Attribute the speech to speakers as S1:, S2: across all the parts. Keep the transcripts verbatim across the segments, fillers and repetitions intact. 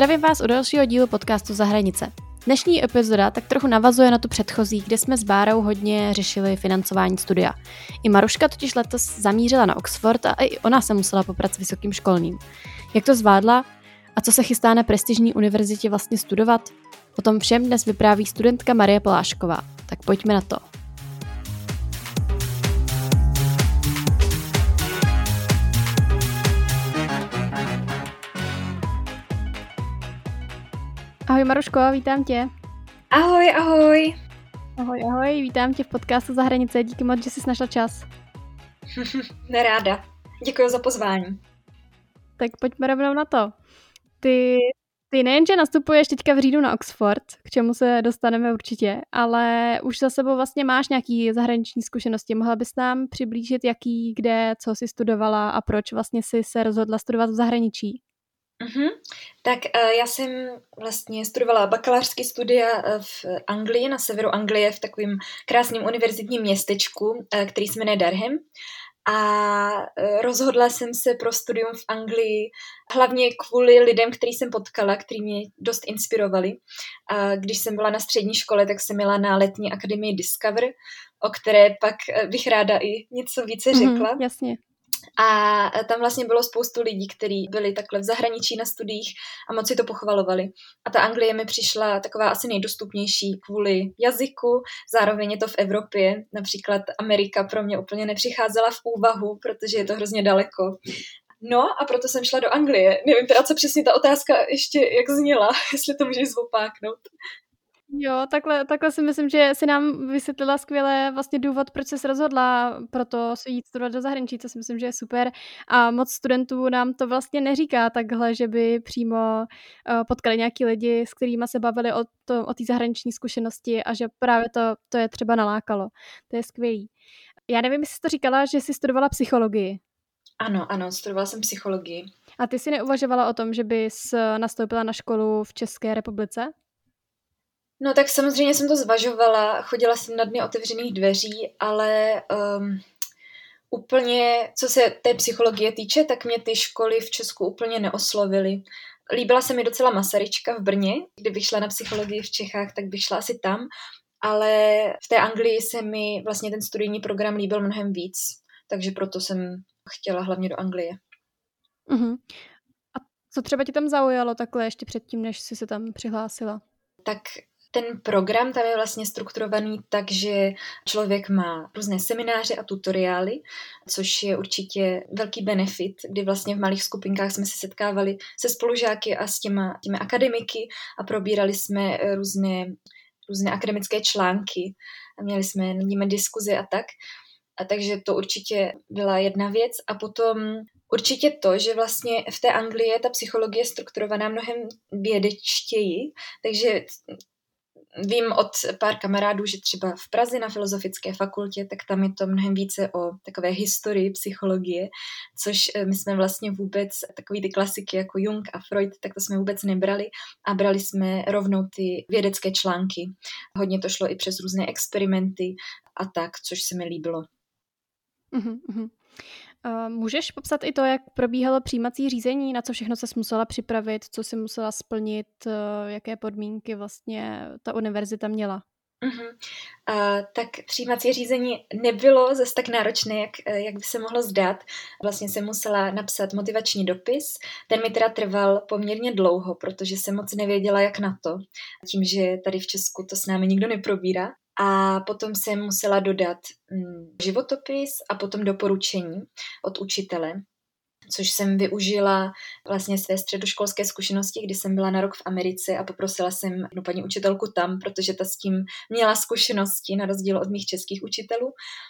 S1: Zdravím vás u dalšího dílu podcastu Za hranice. Dnešní epizoda tak trochu navazuje na tu předchozí, kde jsme s Bárou hodně řešili financování studia. I Maruška totiž letos zamířila na Oxford a i ona se musela poprat s vysokým školním. Jak to zvládla a co se chystá na prestižní univerzitě vlastně studovat? O tom všem dnes vypráví studentka Marie Polášková. Tak pojďme na to. Ahoj Maruško, vítám tě.
S2: Ahoj, ahoj.
S1: Ahoj, ahoj, vítám tě v podcastu Za hranice, díky moc, že jsi našla čas.
S2: Neráda, děkuji za pozvání.
S1: Tak pojďme rovnou na to. Ty, ty nejenže nastupuješ teďka v říjnu na Oxford, k čemu se dostaneme určitě, ale už za sebou vlastně máš nějaký zahraniční zkušenosti. Mohla bys nám přiblížit, jaký, kde, co jsi studovala a proč vlastně jsi se rozhodla studovat v zahraničí?
S2: Uh-huh. Tak uh, já jsem vlastně studovala bakalářské studia v Anglii, na severu Anglie, v takovém krásném univerzitním městečku, uh, který se jmenuje Durham. A uh, rozhodla jsem se pro studium v Anglii hlavně kvůli lidem, který jsem potkala, který mě dost inspirovali. Uh, když jsem byla na střední škole, tak jsem měla na letní akademii Discover, o které pak uh, bych ráda i něco více řekla.
S1: Mm, jasně.
S2: A tam vlastně bylo spoustu lidí, kteří byli takhle v zahraničí na studiích a moc si to pochvalovali. A ta Anglie mi přišla taková asi nejdostupnější kvůli jazyku, zároveň je to v Evropě. Například Amerika pro mě úplně nepřicházela v úvahu, protože je to hrozně daleko. No a proto jsem šla do Anglie. Nevím teda, co přesně ta otázka ještě jak zněla, jestli to můžeš zopáknout.
S1: Jo, takhle, takhle si myslím, že si nám vysvětlila skvěle vlastně důvod, proč jsi rozhodla proto si jít studovat do zahraničí, co si myslím, že je super. A moc studentů nám to vlastně neříká takhle, že by přímo uh, potkali nějaký lidi, s kterými se bavili o té o zahraniční zkušenosti a že právě to, to je třeba nalákalo. To je skvělý. Já nevím, jestli jsi to říkala, že jsi studovala psychologii.
S2: Ano, ano, studovala jsem psychologii.
S1: A ty jsi neuvažovala o tom, že bys nastoupila na školu v České republice?
S2: No tak samozřejmě jsem to zvažovala, chodila jsem na dny otevřených dveří, ale um, úplně, co se té psychologie týče, tak mě ty školy v Česku úplně neoslovily. Líbila se mi docela Masaryčka v Brně, kdybych šla na psychologii v Čechách, tak bych šla asi tam, ale v té Anglii se mi vlastně ten studijní program líbil mnohem víc, takže proto jsem chtěla hlavně do Anglie.
S1: Uh-huh. A co třeba tě tam zaujalo takhle ještě předtím, než jsi se tam přihlásila?
S2: Tak ten program tam je vlastně strukturovaný tak, že člověk má různé semináře a tutoriály, což je určitě velký benefit, kdy vlastně v malých skupinkách jsme se setkávali se spolužáky a s těma, těmi akademiky a probírali jsme různé, různé akademické články a měli jsme nad nimi diskuzi a tak. A takže to určitě byla jedna věc. A potom určitě to, že vlastně v té Anglii je ta psychologie je strukturovaná mnohem vědečtěji, takže vím od pár kamarádů, že třeba v Praze na Filozofické fakultě, tak tam je to mnohem více o takové historii psychologie, což my jsme vlastně vůbec takový ty klasiky jako Jung a Freud, tak to jsme vůbec nebrali a brali jsme rovnou ty vědecké články. Hodně to šlo i přes různé experimenty a tak, což se mi líbilo.
S1: Uhum, uhum. Uh, můžeš popsat i to, jak probíhalo přijímací řízení, na co všechno ses musela připravit, co jsi musela splnit, uh, jaké podmínky vlastně ta univerzita měla?
S2: Uh-huh. Uh, tak přijímací řízení nebylo zase tak náročné, jak, jak by se mohlo zdát. Vlastně jsem musela napsat motivační dopis. Ten mi teda trval poměrně dlouho, protože jsem moc nevěděla, jak na to. Tím, že tady v Česku to s námi nikdo neprobírá. A potom jsem musela dodat hm, životopis a potom doporučení od učitele, což jsem využila vlastně své středoškolské zkušenosti, kdy jsem byla na rok v Americe a poprosila jsem jednu paní učitelku tam, protože ta s tím měla zkušenosti na rozdíl od mých českých učitelů.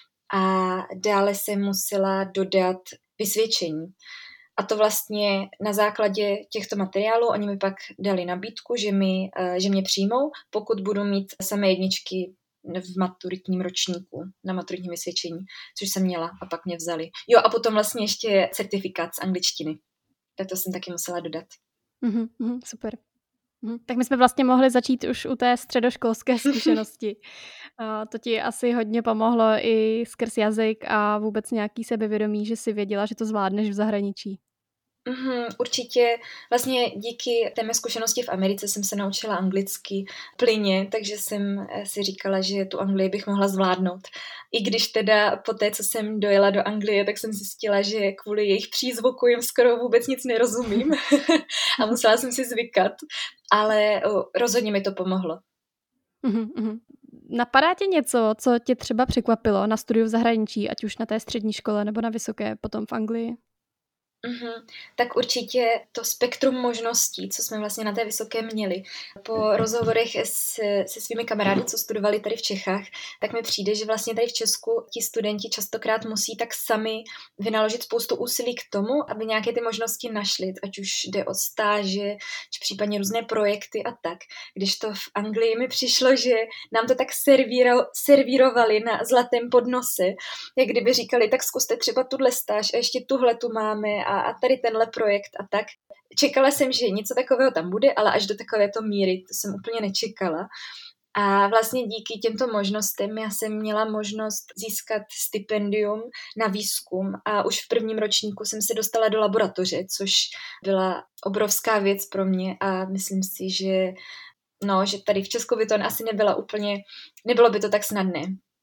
S2: A dále jsem musela dodat vysvědčení. A to vlastně na základě těchto materiálů oni mi pak dali nabídku, že, mi, že mě přijmou, pokud budu mít samé jedničky v maturitním ročníku, na maturitním vysvědčení, což jsem měla a pak mě vzali. Jo a potom vlastně ještě certifikát z angličtiny. Tak to jsem taky musela dodat.
S1: Mm-hmm, mm, super. Mm, tak my jsme vlastně mohli začít už u té středoškolské zkušenosti. A to ti asi hodně pomohlo i skrz jazyk a vůbec nějaký sebevědomí, že si věděla, že to zvládneš v zahraničí.
S2: Mhm, určitě. Vlastně díky té mé zkušenosti v Americe jsem se naučila anglicky plynně, takže jsem si říkala, že tu Anglii bych mohla zvládnout. I když teda po té, co jsem dojela do Anglie, tak jsem zjistila, že kvůli jejich přízvuku jim skoro vůbec nic nerozumím a musela jsem si zvykat, ale rozhodně mi to pomohlo.
S1: Uhum, uhum. Napadá tě něco, co tě třeba překvapilo na studiu v zahraničí, ať už na té střední škole nebo na vysoké potom v Anglii?
S2: Mhm, tak určitě to spektrum možností, co jsme vlastně na té vysoké měli. Po rozhovorech se, se svými kamarády, co studovali tady v Čechách, tak mi přijde, že vlastně tady v Česku ti studenti častokrát musí tak sami vynaložit spoustu úsilí k tomu, aby nějaké ty možnosti našli, ať už jde o stáže, či případně různé projekty a tak. Když to v Anglii mi přišlo, že nám to tak servíro, servírovali na zlatém podnose, jak kdyby říkali, tak zkuste třeba tuhle stáž a ještě tuhle tu máme a a tady tenhle projekt a tak. Čekala jsem, že něco takového tam bude, ale až do takovéto míry, to jsem úplně nečekala. A vlastně díky těmto možnostem já jsem měla možnost získat stipendium na výzkum a už v prvním ročníku jsem se dostala do laboratoře, což byla obrovská věc pro mě a myslím si, že, no, že tady v Česku by to asi nebyla úplně, nebylo by to tak snadné.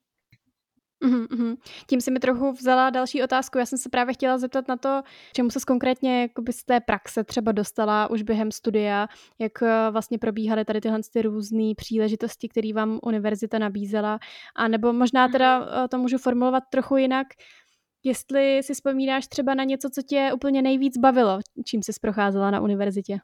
S1: Uhum, uhum. Tím si mi trochu vzala další otázku. Já jsem se právě chtěla zeptat na to, čemu ses konkrétně jakoby z té praxe třeba dostala už během studia, jak vlastně probíhaly tady tyhle ty různé příležitosti, které vám univerzita nabízela, a nebo možná teda to můžu formulovat trochu jinak, jestli si vzpomínáš třeba na něco, co tě úplně nejvíc bavilo, čím jsi procházela na univerzitě.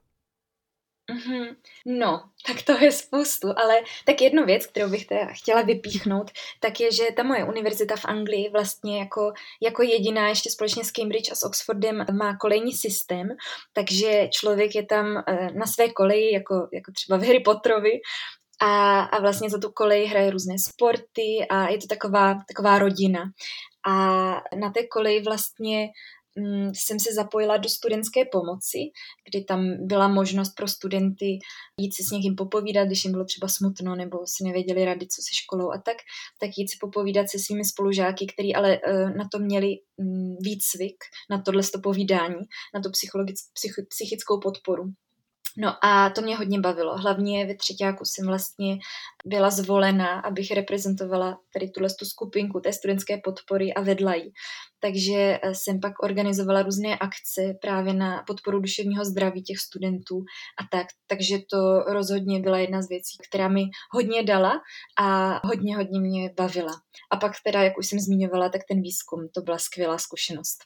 S2: Mm-hmm. No, tak to je spoustu, ale tak jednu věc, kterou bych teda chtěla vypíchnout, tak je, že ta moje univerzita v Anglii vlastně jako, jako jediná ještě společně s Cambridge a s Oxfordem má kolejní systém, takže člověk je tam na své koleji, jako, jako třeba v Harry Potterovi, a, a vlastně za tu kolej hraje různé sporty a je to taková, taková rodina. A na té koleji vlastně jsem se zapojila do studentské pomoci, kdy tam byla možnost pro studenty jít si s někým popovídat, když jim bylo třeba smutno nebo si nevěděli rady, co se školou a tak, tak jít si popovídat se svými spolužáky, kteří ale na to měli výcvik, na tohle povídání, na tu psychickou podporu. No a to mě hodně bavilo. Hlavně ve třetíku jsem vlastně byla zvolena, abych reprezentovala tady tuhle tu skupinku té studentské podpory a vedla ji. Takže jsem pak organizovala různé akce právě na podporu duševního zdraví těch studentů a tak. Takže to rozhodně byla jedna z věcí, která mi hodně dala a hodně, hodně mě bavila. A pak teda, jak už jsem zmiňovala, tak ten výzkum, to byla skvělá zkušenost.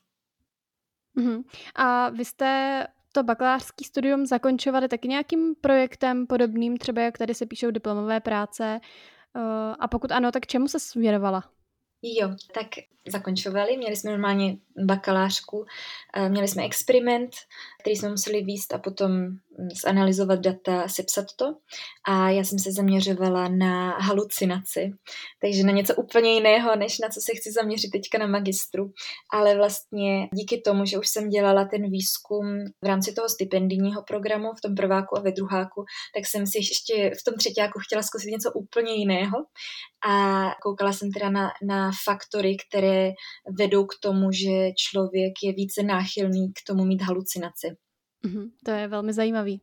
S1: Uhum. A vy jste to bakalářský studium zakončovali taky nějakým projektem podobným, třeba jak tady se píšou diplomové práce? A pokud ano, tak čemu se věnovala?
S2: Jo, tak zakončovali, měli jsme normálně bakalářku, měli jsme experiment, který jsme museli vést a potom zanalyzovat data, sepsat to. A já jsem se zaměřovala na halucinaci, takže na něco úplně jiného, než na co se chci zaměřit teďka na magistru. Ale vlastně díky tomu, že už jsem dělala ten výzkum v rámci toho stipendijního programu v tom prváku a ve druháku, tak jsem si ještě v tom třetíku chtěla zkusit něco úplně jiného. A koukala jsem teda na, na faktory, které vedou k tomu, že člověk je více náchylný k tomu mít halucinaci.
S1: Mm, to je velmi zajímavý.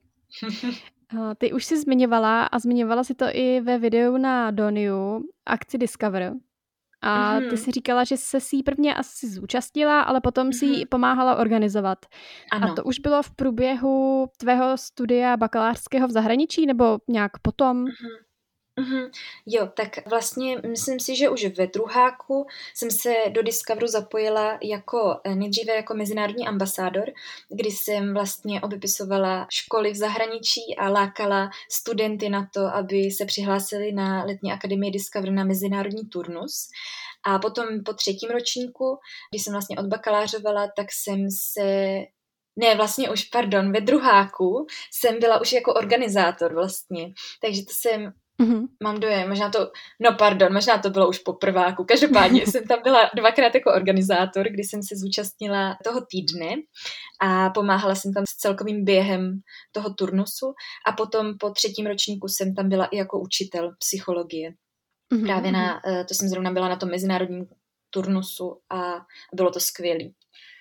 S1: Ty už jsi zmiňovala a zmiňovala si to i ve videu na Doniu, akci Discover. A ty si říkala, že se si prvně asi zúčastnila, ale potom si ji pomáhala organizovat.
S2: Ano.
S1: A to už bylo v průběhu tvého studia bakalářského v zahraničí nebo nějak potom?
S2: Mm-hmm. Mm-hmm. Jo, tak vlastně myslím si, že už ve druháku jsem se do Discoveru zapojila jako nejdříve jako mezinárodní ambasádor, kdy jsem vlastně obepisovala školy v zahraničí a lákala studenty na to, aby se přihlásili na letní akademii Discover na mezinárodní turnus. A potom po třetím ročníku, když jsem vlastně odbakalářovala, tak jsem se Ne, vlastně už, pardon, ve druháku jsem byla už jako organizátor vlastně, takže to jsem
S1: Mm-hmm.
S2: Mám dojem, možná to, no pardon, možná to bylo už po prváku. Každopádně jsem tam byla dvakrát jako organizátor, kdy jsem se zúčastnila toho týdne a pomáhala jsem tam s celkovým během toho turnusu a potom po třetím ročníku jsem tam byla i jako učitel psychologie. Mm-hmm. Právě na, to jsem zrovna byla na tom mezinárodním turnusu a bylo to skvělý.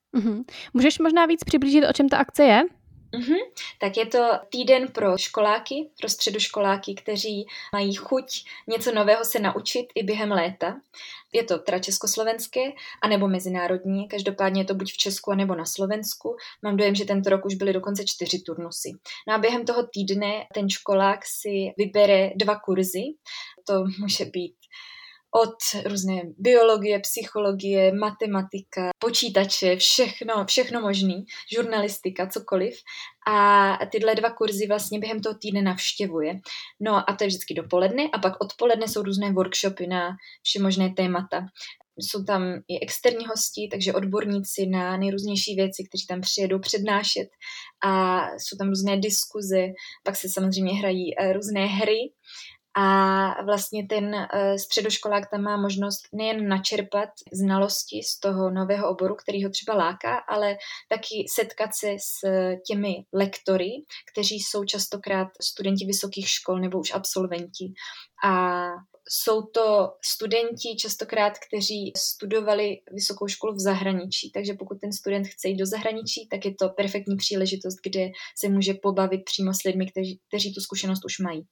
S1: Mhm. Můžeš možná víc přiblížit, o čem ta akce je?
S2: Mhm. Tak je to týden pro školáky, pro středoškoláky, kteří mají chuť něco nového se naučit i během léta. Je to teda československé, anebo mezinárodní, každopádně je to buď v Česku, anebo na Slovensku. Mám dojem, že tento rok už byly dokonce čtyři turnusy. No a během toho týdne ten školák si vybere dva kurzy. To může být od různé biologie, psychologie, matematika, počítače, všechno, všechno možný, žurnalistika, cokoliv. A tyhle dva kurzy vlastně během toho týdne navštěvuje. No a to je vždycky dopoledne a pak odpoledne jsou různé workshopy na všemožné témata. Jsou tam i externí hosti, takže odborníci na nejrůznější věci, kteří tam přijedou přednášet a jsou tam různé diskuze, pak se samozřejmě hrají různé hry. A vlastně ten uh, středoškolák tam má možnost nejen načerpat znalosti z toho nového oboru, který ho třeba láká, ale taky setkat se s těmi lektory, kteří jsou častokrát studenti vysokých škol nebo už absolventi. A jsou to studenti častokrát, kteří studovali vysokou školu v zahraničí, takže pokud ten student chce jít do zahraničí, tak je to perfektní příležitost, kde se může pobavit přímo s lidmi, kteří, kteří tu zkušenost už mají.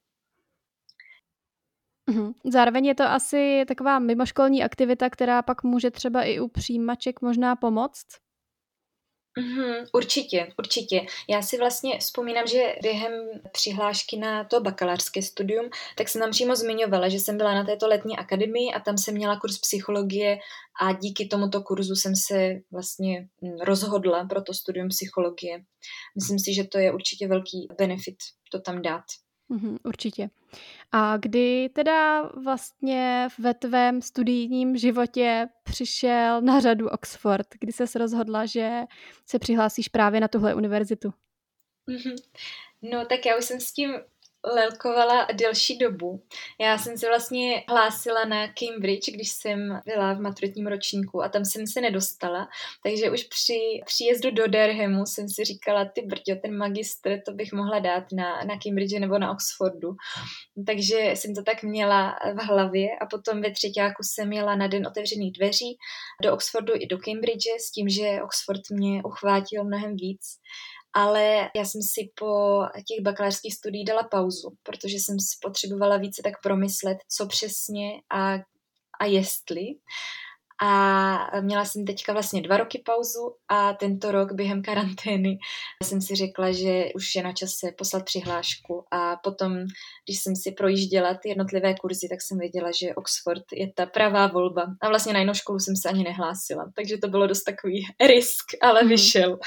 S1: Mhm. Zároveň je to asi taková mimoškolní aktivita, která pak může třeba i u přijímaček možná pomoct?
S2: Mhm, určitě, určitě. Já si vlastně vzpomínám, že během přihlášky na to bakalářské studium, tak jsem tam přímo zmiňovala, že jsem byla na této letní akademii a tam jsem měla kurz psychologie a díky tomuto kurzu jsem se vlastně rozhodla pro to studium psychologie. Myslím si, že to je určitě velký benefit to tam dát.
S1: Mhm, určitě. A kdy teda vlastně ve tvém studijním životě přišel na řadu Oxford? Kdy ses rozhodla, že se přihlásíš právě na tuhle univerzitu?
S2: Mhm. No tak já už jsem s tím lelkovala delší dobu. Já jsem se vlastně hlásila na Cambridge, když jsem byla v maturitním ročníku a tam jsem se nedostala, takže už při příjezdu do Durhamu jsem si říkala, ty brďo, ten magistr, to bych mohla dát na, na Cambridge nebo na Oxfordu. Takže jsem to tak měla v hlavě a potom ve třetíku jsem jela na den otevřených dveří do Oxfordu i do Cambridge s tím, že Oxford mě uchvátil mnohem víc. Ale já jsem si po těch bakalářských studiích dala pauzu, protože jsem si potřebovala více tak promyslet, co přesně a, a jestli. A měla jsem teďka vlastně dva roky pauzu a tento rok během karantény jsem si řekla, že už je na čase poslat přihlášku a potom, když jsem si projížděla ty jednotlivé kurzy, tak jsem věděla, že Oxford je ta pravá volba. A vlastně na jinou školu jsem se ani nehlásila, takže to bylo dost takový risk, ale
S1: Mhm.
S2: vyšel.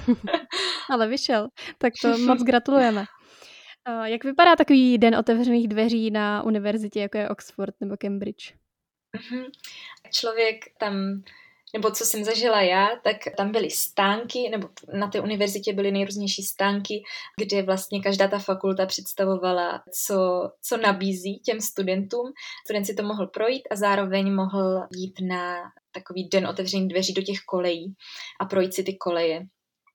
S1: Ale vyšel, tak to moc gratulujeme. Jak vypadá takový den otevřených dveří na univerzitě, jako je Oxford nebo Cambridge?
S2: Mhm. Člověk tam, nebo co jsem zažila já, tak tam byly stánky, nebo na té univerzitě byly nejrůznější stánky, kde vlastně každá ta fakulta představovala, co, co nabízí těm studentům. Student si to mohl projít a zároveň mohl jít na takový den otevřených dveří do těch kolejí a projít si ty koleje,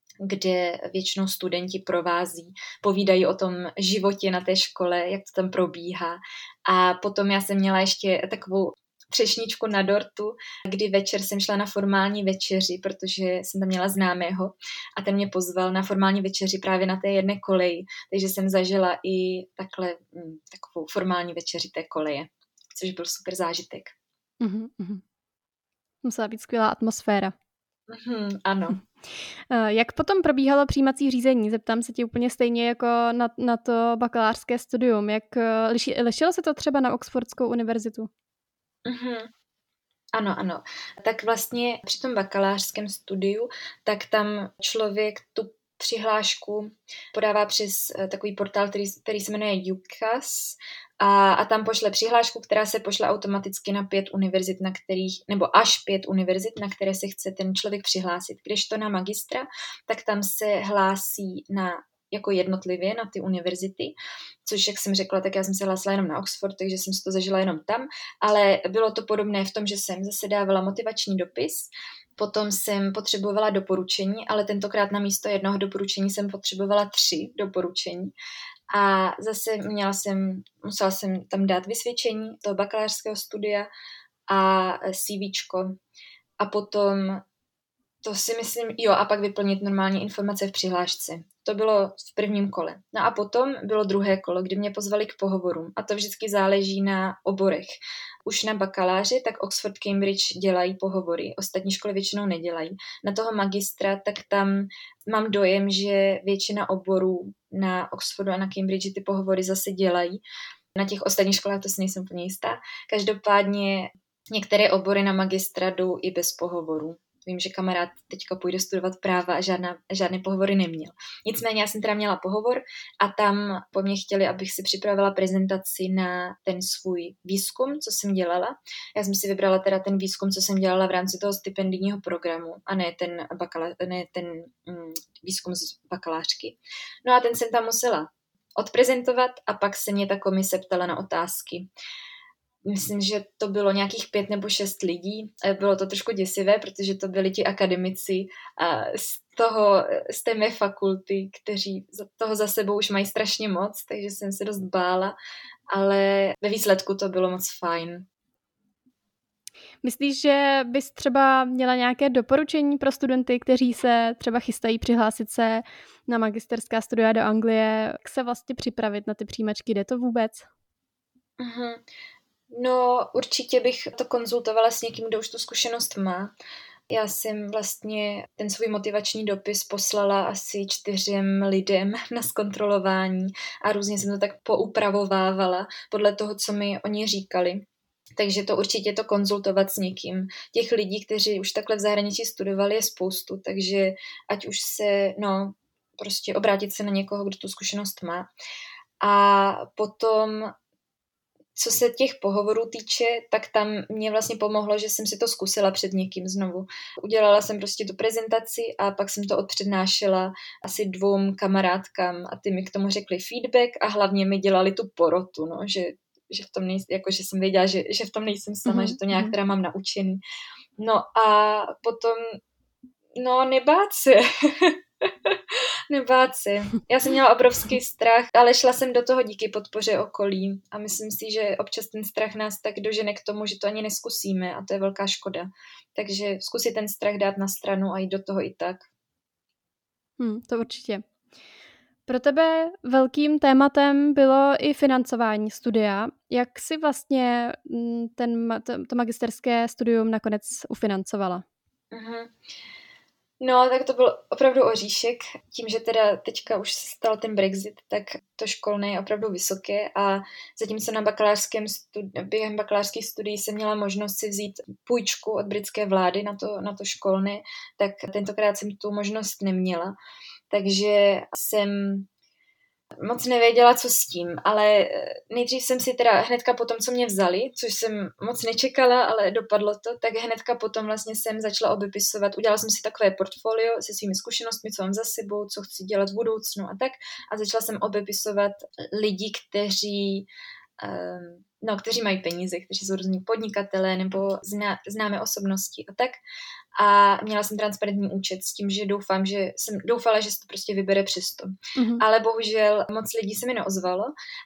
S2: kde většinou studenti provází, povídají o tom životě na té škole, jak to tam probíhá. A potom já jsem měla ještě takovou třešničku na dortu, kdy večer jsem šla na formální večeři, protože jsem tam měla známého a ten mě pozval na formální večeři právě na té jedné koleji, takže jsem zažila i takhle hm, takovou formální večeři té koleje, což byl super zážitek.
S1: Mm-hmm. Musela být skvělá atmosféra.
S2: Mm, ano.
S1: Jak potom probíhalo přijímací řízení? Zeptám se ti úplně stejně jako na, na to bakalářské studium. Jak liši, lišilo se to třeba na Oxfordskou univerzitu?
S2: Mm-hmm. Ano, ano. Tak vlastně při tom bakalářském studiu, tak tam člověk tu přihlášku podává přes takový portál, který, který se jmenuje U C A S a, a tam pošle přihlášku, která se pošle automaticky na pět univerzit, na kterých, nebo až pět univerzit, na které se chce ten člověk přihlásit. Když to na magistra, tak tam se hlásí na jako jednotlivě na ty univerzity, což, jak jsem řekla, tak já jsem se hlásila jenom na Oxford, takže jsem si to zažila jenom tam, ale bylo to podobné v tom, že jsem zase dávala motivační dopis, potom jsem potřebovala doporučení, ale tentokrát na místo jednoho doporučení jsem potřebovala tři doporučení a zase měla jsem, musela jsem tam dát vysvědčení toho bakalářského studia a CVčko a potom To si myslím, jo, a pak vyplnit normálně informace v přihlášce. To bylo v prvním kole. No a potom bylo druhé kolo, kdy mě pozvali k pohovorům. A to vždycky záleží na oborech. Už na bakaláři, tak Oxford, Cambridge dělají pohovory. Ostatní školy většinou nedělají. Na toho magistra, tak tam mám dojem, že většina oborů na Oxfordu a na Cambridge ty pohovory zase dělají. Na těch ostatních školách to si nejsem úplně jistá. Každopádně některé obory na magistra jdou i bez pohovorů. Vím, že kamarád teďka půjde studovat práva a žádná, žádné pohovory neměl. Nicméně já jsem teda měla pohovor a tam po mně chtěli, abych si připravila prezentaci na ten svůj výzkum, co jsem dělala. Já jsem si vybrala teda ten výzkum, co jsem dělala v rámci toho stipendijního programu a ne ten, bakala, ne ten mm, výzkum z bakalářky. No a ten jsem tam musela odprezentovat a pak se mě ta komise ptala na otázky. Myslím, že to bylo nějakých pět nebo šest lidí. Bylo to trošku děsivé, protože to byli ti akademici z, toho, z té mé fakulty, kteří toho za sebou už mají strašně moc, takže jsem se dost bála, ale ve výsledku to bylo moc fajn.
S1: Myslíš, že bys třeba měla nějaké doporučení pro studenty, kteří se třeba chystají přihlásit se na magisterská studia do Anglie, jak se vlastně připravit na ty přijímačky? Jde to vůbec?
S2: Mhm. No, určitě bych to konzultovala s někým, kdo už tu zkušenost má. Já jsem vlastně ten svůj motivační dopis poslala asi čtyřem lidem na zkontrolování a různě jsem to tak poupravovávala podle toho, co mi oni říkali. Takže to určitě to konzultovat s někým. Těch lidí, kteří už takhle v zahraničí studovali, je spoustu, takže ať už se, no, prostě obrátit se na někoho, kdo tu zkušenost má. A potom co se těch pohovorů týče, tak tam mě vlastně pomohlo, že jsem si to zkusila před někým znovu. Udělala jsem prostě tu prezentaci a pak jsem to odpřednášela asi dvou kamarádkám a ty mi k tomu řekli feedback a hlavně mi dělali tu porotu, no, že, že v tom nej, jako, že jsem věděla, že, že v tom nejsem sama, mm-hmm. že to nějak teda mám naučený. No a potom, no nebát se. Nebát se. Já jsem měla obrovský strach, ale šla jsem do toho díky podpoře okolí a myslím si, že občas ten strach nás tak dožene k tomu, že to ani neskusíme a to je velká škoda. Takže zkusit ten strach dát na stranu a jít do toho i tak.
S1: Hmm, to určitě. Pro tebe velkým tématem bylo i financování studia. Jak jsi vlastně ten, to, to magisterské studium nakonec ufinancovala?
S2: Uh-huh. No, tak to byl opravdu oříšek. Tím, že teda teďka už se stal ten Brexit, tak to školné je opravdu vysoké a zatímco na bakalářském studi- během bakalářských studií jsem měla možnost si vzít půjčku od britské vlády na to, na to školné, tak tentokrát jsem tu možnost neměla. Takže jsem moc nevěděla, co s tím, ale nejdřív jsem si teda hnedka potom, co mě vzali, což jsem moc nečekala, ale dopadlo to, tak hnedka potom vlastně jsem začala obepisovat, udělala jsem si takové portfolio se svými zkušenostmi, co mám za sebou, co chci dělat v budoucnu a tak a začala jsem obepisovat lidi, kteří um, no, kteří mají peníze, kteří jsou různí podnikatelé nebo zná, známé osobnosti a tak. A měla jsem transparentní účet s tím, že doufám, že jsem doufala, že se to prostě vybere přesto. Mm-hmm. Ale bohužel moc lidí se mi neozvalo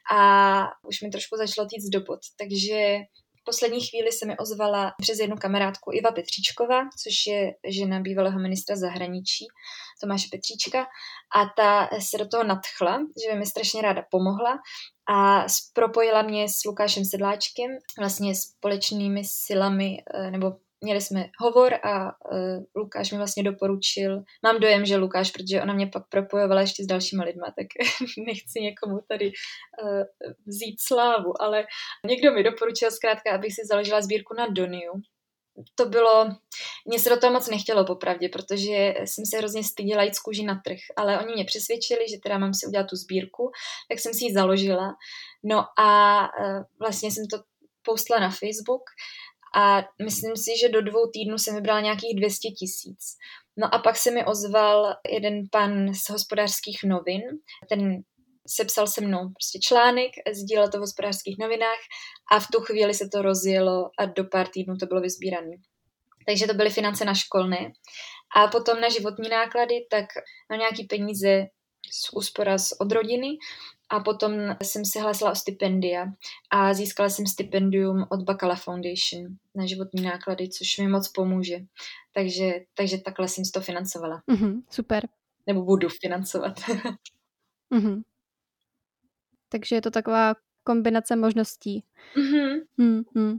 S2: a už mi trošku začalo týct do bod. Takže v poslední chvíli se mi ozvala přes jednu kamarádku Iva Petříčková, což je žena bývalého ministra zahraničí Tomáše Petříčka a ta se do toho nadchla, že mi strašně ráda pomohla a propojila mě s Lukášem Sedláčkem, vlastně společnými silami, nebo měli jsme hovor a uh, Lukáš mi vlastně doporučil, mám dojem, že Lukáš, protože ona mě pak propojovala ještě s dalšíma lidma, tak nechci někomu tady uh, vzít slávu, ale někdo mi doporučil zkrátka, abych si založila sbírku na Doniu. To bylo, mně se do toho moc nechtělo popravdě, protože jsem se hrozně styděla jít z kůži na trh, ale oni mě přesvědčili, že teda mám si udělat tu sbírku, tak jsem si ji založila. No a uh, vlastně jsem to postla na Facebook a myslím si, že do dvou týdnů jsem vybrala nějakých dvě stě tisíc. No a pak se mi ozval jeden pan z Hospodářských novin, ten sepsal se mnou prostě článek, sdílel to v Hospodářských novinách a v tu chvíli se to rozjelo a do pár týdnů to bylo vysbírané. Takže to byly finance na školné. A potom na životní náklady, tak na nějaký peníze z úspora od rodiny a potom jsem se hlásila o stipendia a získala jsem stipendium od Bakala Foundation na životní náklady, což mi moc pomůže. Takže, takže takhle jsem si to financovala.
S1: Mm-hmm, super.
S2: Nebo budu financovat.
S1: Mm-hmm. Takže je to taková kombinace možností.
S2: Mm-hmm.
S1: Mm-hmm.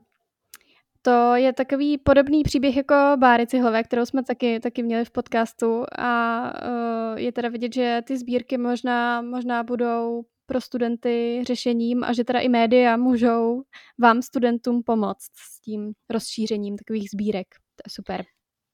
S1: To je takový podobný příběh jako Báry Cihlové, kterou jsme taky, taky měli v podcastu a uh, je teda vidět, že ty sbírky možná, možná budou pro studenty řešením a že teda i média můžou vám studentům pomoct s tím rozšířením takových sbírek. To je super.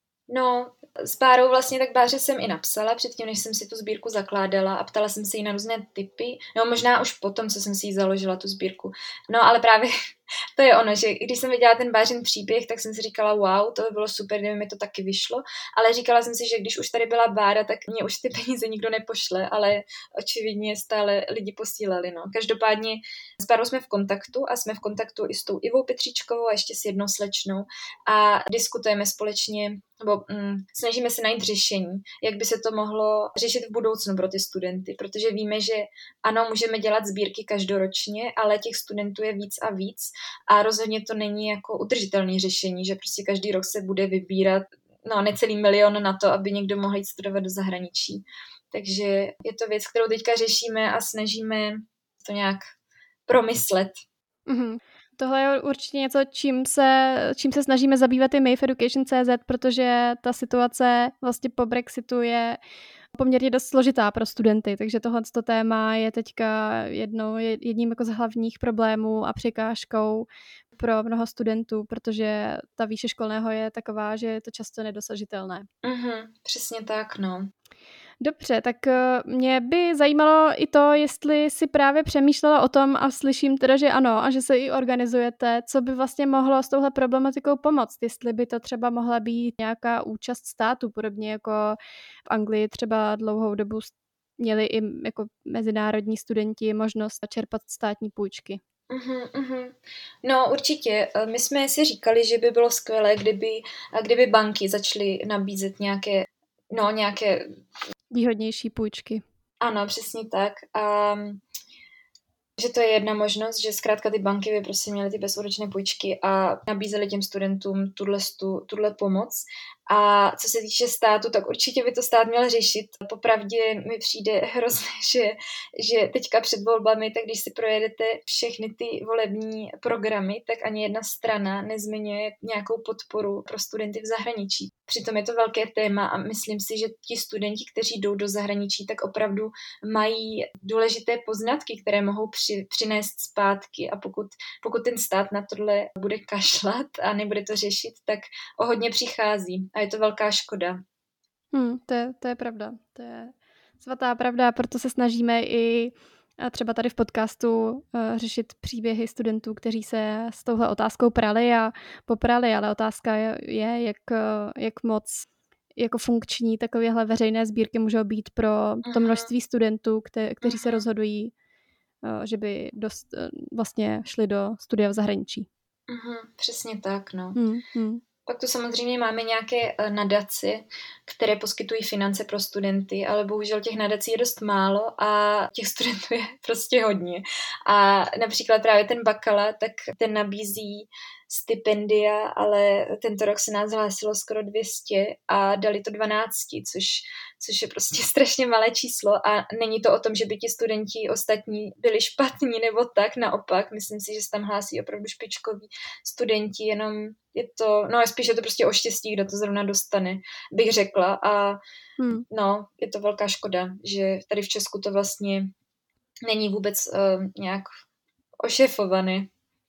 S2: No, s Bárou vlastně tak Báře jsem i napsala předtím, než jsem si tu sbírku zakládala a ptala jsem se jí na různé tipy, no možná už potom, co jsem si jí založila, tu sbírku. No ale právě to je ono, že když jsem viděla ten Bářin příběh, tak jsem si říkala, wow, to by bylo super, kdyby mi to taky vyšlo, ale říkala jsem si, že když už tady byla Bára, tak mě už ty peníze nikdo nepošle, ale očividně stále lidi posílali, no. Každopádně s Bárou jsme v kontaktu a jsme v kontaktu i s tou Ivou Petříčkovou a ještě s jednou slečnou a diskutujeme společně, nebo mm, snažíme se najít řešení, jak by se to mohlo řešit v budoucnu pro ty studenty, protože víme, že ano, můžeme dělat sbírky každoročně, ale těch studentů je víc a víc a rozhodně to není jako udržitelné řešení, že prostě každý rok se bude vybírat no, necelý milion na to, aby někdo mohl jít studovat do zahraničí. Takže je to věc, kterou teďka řešíme a snažíme to nějak promyslet.
S1: Mm-hmm. Tohle je určitě něco, čím se, čím se snažíme zabývat i my v Education tečka cé zet, protože ta situace vlastně po Brexitu je poměrně dost složitá pro studenty, takže tohle téma je teďka jednou, jedním jako z hlavních problémů a překážkou pro mnoho studentů, protože ta výše školného je taková, že je to často nedosažitelné.
S2: Mm-hmm, přesně tak, no.
S1: Dobře, tak mě by zajímalo i to, jestli si právě přemýšlela o tom a slyším teda, že ano a že se i organizujete, co by vlastně mohlo s touhle problematikou pomoct, jestli by to třeba mohla být nějaká účast státu, podobně jako v Anglii třeba dlouhou dobu měli i jako mezinárodní studenti možnost čerpat státní půjčky.
S2: Uhum, uhum. No určitě, my jsme si říkali, že by bylo skvělé, kdyby, kdyby banky začaly nabízet nějaké, no nějaké
S1: výhodnější půjčky.
S2: Ano, přesně tak. A že to je jedna možnost, že zkrátka ty banky by prostě měly ty bezúročné půjčky a nabízely těm studentům tuhle pomoc. A co se týče státu, tak určitě by to stát měl řešit. Popravdě mi přijde hrozně, že, že teďka před volbami, tak když si projedete všechny ty volební programy, tak ani jedna strana nezmiňuje nějakou podporu pro studenty v zahraničí. Přitom je to velké téma a myslím si, že ti studenti, kteří jdou do zahraničí, tak opravdu mají důležité poznatky, které mohou při, přinést zpátky a pokud, pokud ten stát na tohle bude kašlat a nebude to řešit, tak o hodně přichází. A je to velká škoda.
S1: Hmm, to, je, to je pravda. To je svatá pravda, proto se snažíme i třeba tady v podcastu uh, řešit příběhy studentů, kteří se s touhle otázkou prali a poprali, ale otázka je, je jak, jak moc jako funkční takovéhle veřejné sbírky můžou být pro to množství studentů, kte, kteří se rozhodují, uh, že by dost, uh, vlastně šli do studia v zahraničí.
S2: Uh-huh, přesně tak, no.
S1: Hmm, hmm.
S2: Pak tu samozřejmě máme nějaké nadace, které poskytují finance pro studenty, ale bohužel těch nadací je dost málo a těch studentů je prostě hodně. A například právě ten Bakala, tak ten nabízí stipendia, ale tento rok se nás hlásilo skoro dvě stě a dali to dvanácti, což, což je prostě strašně malé číslo a není to o tom, že by ti studenti ostatní byli špatní nebo tak, naopak, myslím si, že se tam hlásí opravdu špičkoví studenti, jenom je to, no spíš je to prostě o štěstí, kdo to zrovna dostane, bych řekla a hmm. no, je to velká škoda, že tady v Česku to vlastně není vůbec uh, nějak ošefované.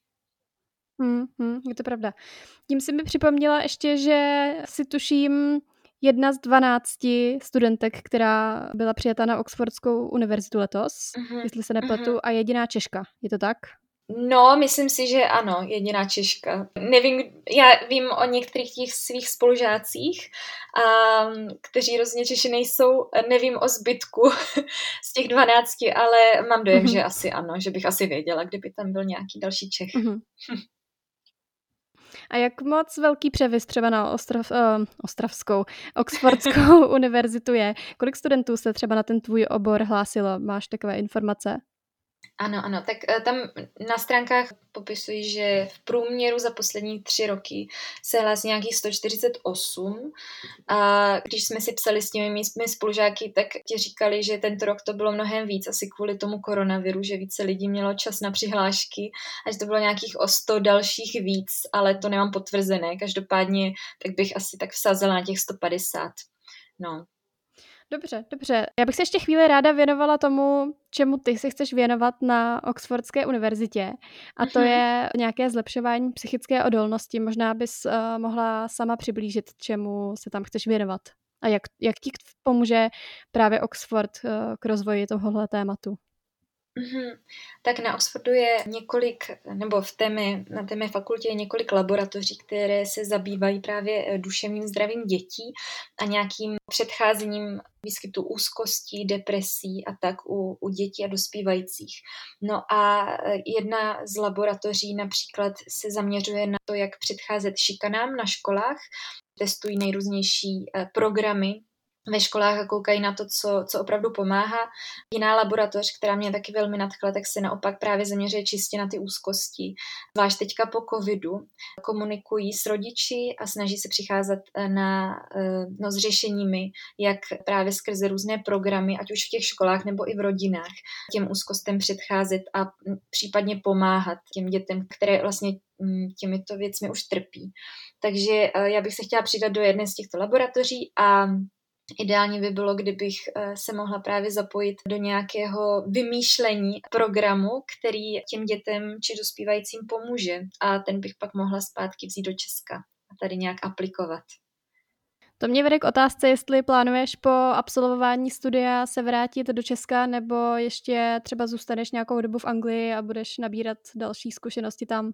S1: Hmm, hmm, je to pravda. Tím si mi připomněla ještě, že si tuším jedna z dvanácti studentek, která byla přijata na Oxfordskou univerzitu letos, uh-huh, jestli se nepletu, uh-huh. a jediná Češka. Je to tak?
S2: No, myslím si, že ano, jediná Češka. Nevím, já vím o některých těch svých spolužácích, um, kteří rozhodně Češi nejsou, nevím o zbytku z těch dvanácti, ale mám dojem, uh-huh. že asi ano, že bych asi věděla, kdyby tam byl nějaký další Čech. Uh-huh.
S1: A jak moc velký převis třeba na Ostrav, uh, Ostravskou, Oxfordskou univerzitu je? Kolik studentů se třeba na ten tvůj obor hlásilo? Máš takové informace?
S2: Ano, ano, tak uh, tam na stránkách popisují, že v průměru za poslední tři roky se hlásí nějakých sto čtyřicet osm. A když jsme si psali s těmi mými spolužáky, tak ti říkali, že tento rok to bylo mnohem víc, asi kvůli tomu koronaviru, že více lidí mělo čas na přihlášky a že to bylo nějakých o sto dalších víc, ale to nemám potvrzené. Každopádně tak bych asi tak vsázela na těch sto padesát. No.
S1: Dobře, dobře. Já bych se ještě chvíli ráda věnovala tomu, čemu ty se chceš věnovat na Oxfordské univerzitě. A to je nějaké zlepšování psychické odolnosti. Možná bys uh, mohla sama přiblížit, čemu se tam chceš věnovat. A jak, jak ti pomůže právě Oxford uh, k rozvoji tohohle tématu.
S2: Mm-hmm. Tak na Oxfordu je několik, nebo v té mé, na té mé fakultě je několik laboratoří, které se zabývají právě duševním zdravím dětí a nějakým předcházením výskytu úzkostí, depresí a tak u, u dětí a dospívajících. No a jedna z laboratoří například se zaměřuje na to, jak předcházet šikanám na školách, testují nejrůznější programy ve školách a koukají na to, co, co opravdu pomáhá. Jiná laboratoř, která mě taky velmi nadchla, tak se naopak právě zaměřuje čistě na ty úzkosti. Zvlášť teďka po covidu komunikují s rodiči a snaží se přicházet na, no, s řešeními, jak právě skrze různé programy, ať už v těch školách nebo i v rodinách, těm úzkostem předcházet a případně pomáhat těm dětem, které vlastně těmito věcmi už trpí. Takže já bych se chtěla přidat do jedné z těchto laboratoří a ideálně by bylo, kdybych se mohla právě zapojit do nějakého vymýšlení programu, který těm dětem či dospívajícím pomůže a ten bych pak mohla zpátky vzít do Česka a tady nějak aplikovat.
S1: To mě vede k otázce, jestli plánuješ po absolvování studia se vrátit do Česka nebo ještě třeba zůstaneš nějakou dobu v Anglii a budeš nabírat další zkušenosti tam.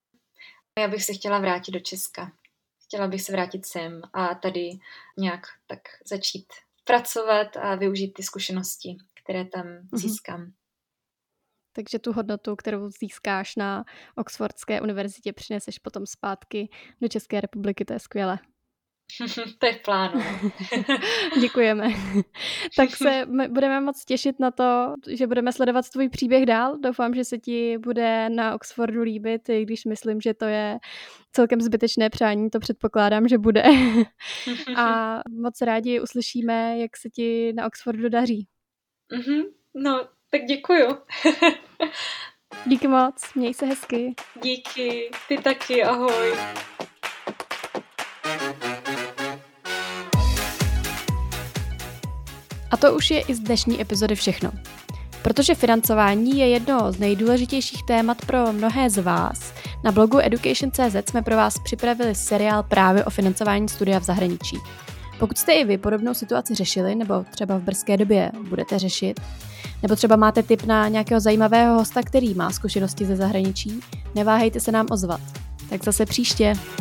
S2: Já bych se chtěla vrátit do Česka. Chtěla bych se vrátit sem a tady nějak tak začít pracovat a využít ty zkušenosti, které tam získám. Mm-hmm.
S1: Takže tu hodnotu, kterou získáš na Oxfordské univerzitě, přineseš potom zpátky do České republiky, to je skvělé.
S2: To je v plánu.
S1: Děkujeme. Tak se budeme moc těšit na to, že budeme sledovat tvůj příběh dál. Doufám, že se ti bude na Oxfordu líbit, i když myslím, že to je celkem zbytečné přání, to předpokládám, že bude. A moc rádi uslyšíme, jak se ti na Oxfordu daří.
S2: Mm-hmm. No, tak děkuju.
S1: Díky moc, měj se hezky.
S2: Díky, ty taky, ahoj.
S1: A to už je i z dnešní epizody všechno. Protože financování je jedno z nejdůležitějších témat pro mnohé z vás, na blogu education tečka cz jsme pro vás připravili seriál právě o financování studia v zahraničí. Pokud jste i vy podobnou situaci řešili, nebo třeba v brzké době budete řešit, nebo třeba máte tip na nějakého zajímavého hosta, který má zkušenosti ze zahraničí, neváhejte se nám ozvat. Tak zase příště.